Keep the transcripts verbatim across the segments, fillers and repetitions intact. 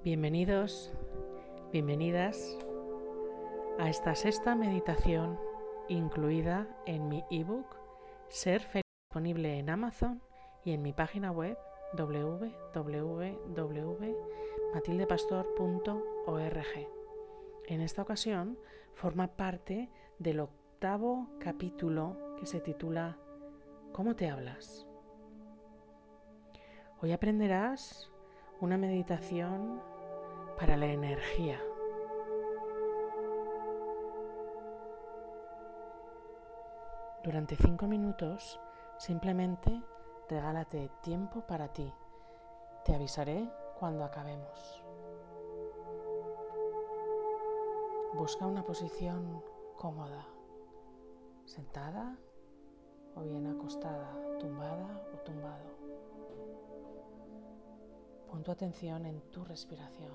Bienvenidos, bienvenidas a esta sexta meditación incluida en mi ebook Ser Feliz, disponible en Amazon y en mi página web doble u doble u doble u punto matilde pastor punto org. En esta ocasión forma parte del octavo capítulo que se titula ¿Cómo te hablas? Hoy aprenderás una meditación para la energía. Durante cinco minutos simplemente regálate tiempo para ti. Te avisaré cuando acabemos. Busca una posición cómoda, sentada o bien acostada, tumbada o tumbado. Pon tu atención en tu respiración.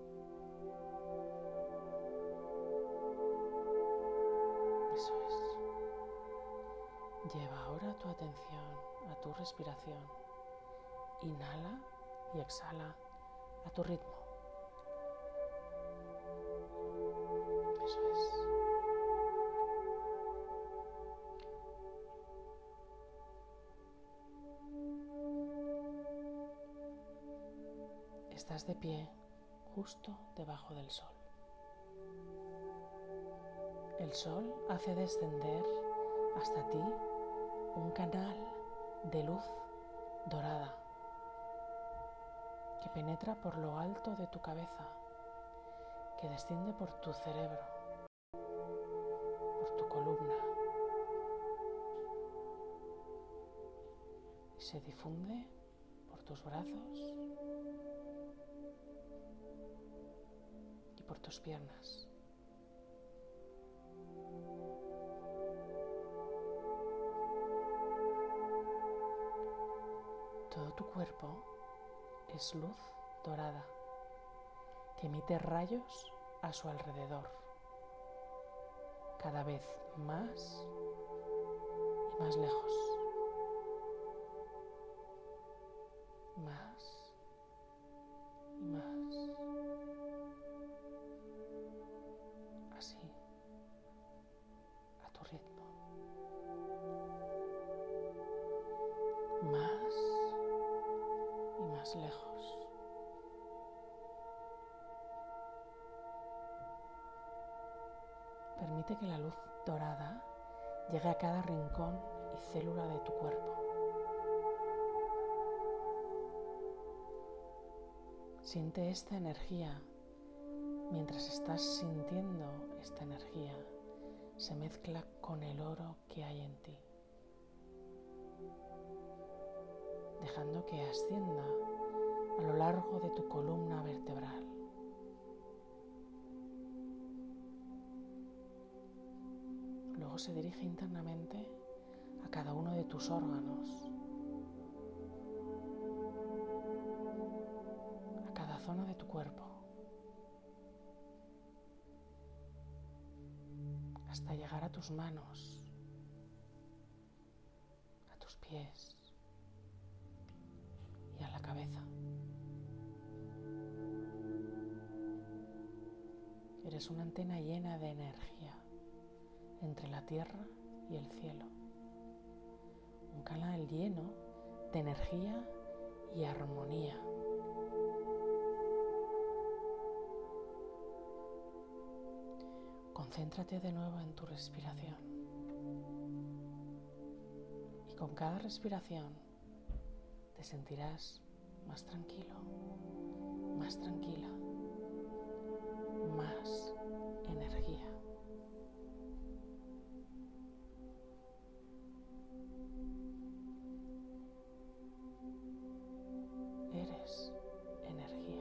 Eso es. Lleva ahora tu atención a tu respiración. Inhala y exhala a tu ritmo. Eso es. Estás de pie justo debajo del sol. El sol hace descender hasta ti un canal de luz dorada que penetra por lo alto de tu cabeza, que desciende por tu cerebro, por tu columna y se difunde por tus brazos y por tus piernas. Todo tu cuerpo es luz dorada que emite rayos a su alrededor, cada vez más y más lejos, más y más, así, a tu ritmo, más y más lejos. Permite que la luz dorada llegue a cada rincón y célula de tu cuerpo. Siente esta energía. Mientras estás sintiendo esta energía, se mezcla con el oro que hay en ti, dejando que ascienda a lo largo de tu columna vertebral. Luego se dirige internamente a cada uno de tus órganos, a cada zona de tu cuerpo, hasta llegar a tus manos, a tus pies y a la cabeza. Eres una antena llena de energía entre la tierra y el cielo, un canal lleno de energía y armonía. Concéntrate de nuevo en tu respiración y con cada respiración te sentirás más tranquilo, más tranquila, más energía. Eres energía.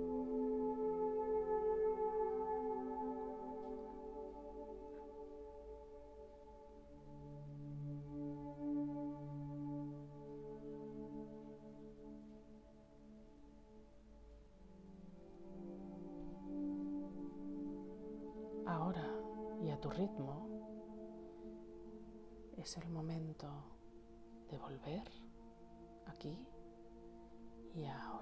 Ahora y a tu ritmo es el momento de volver aquí y ahora.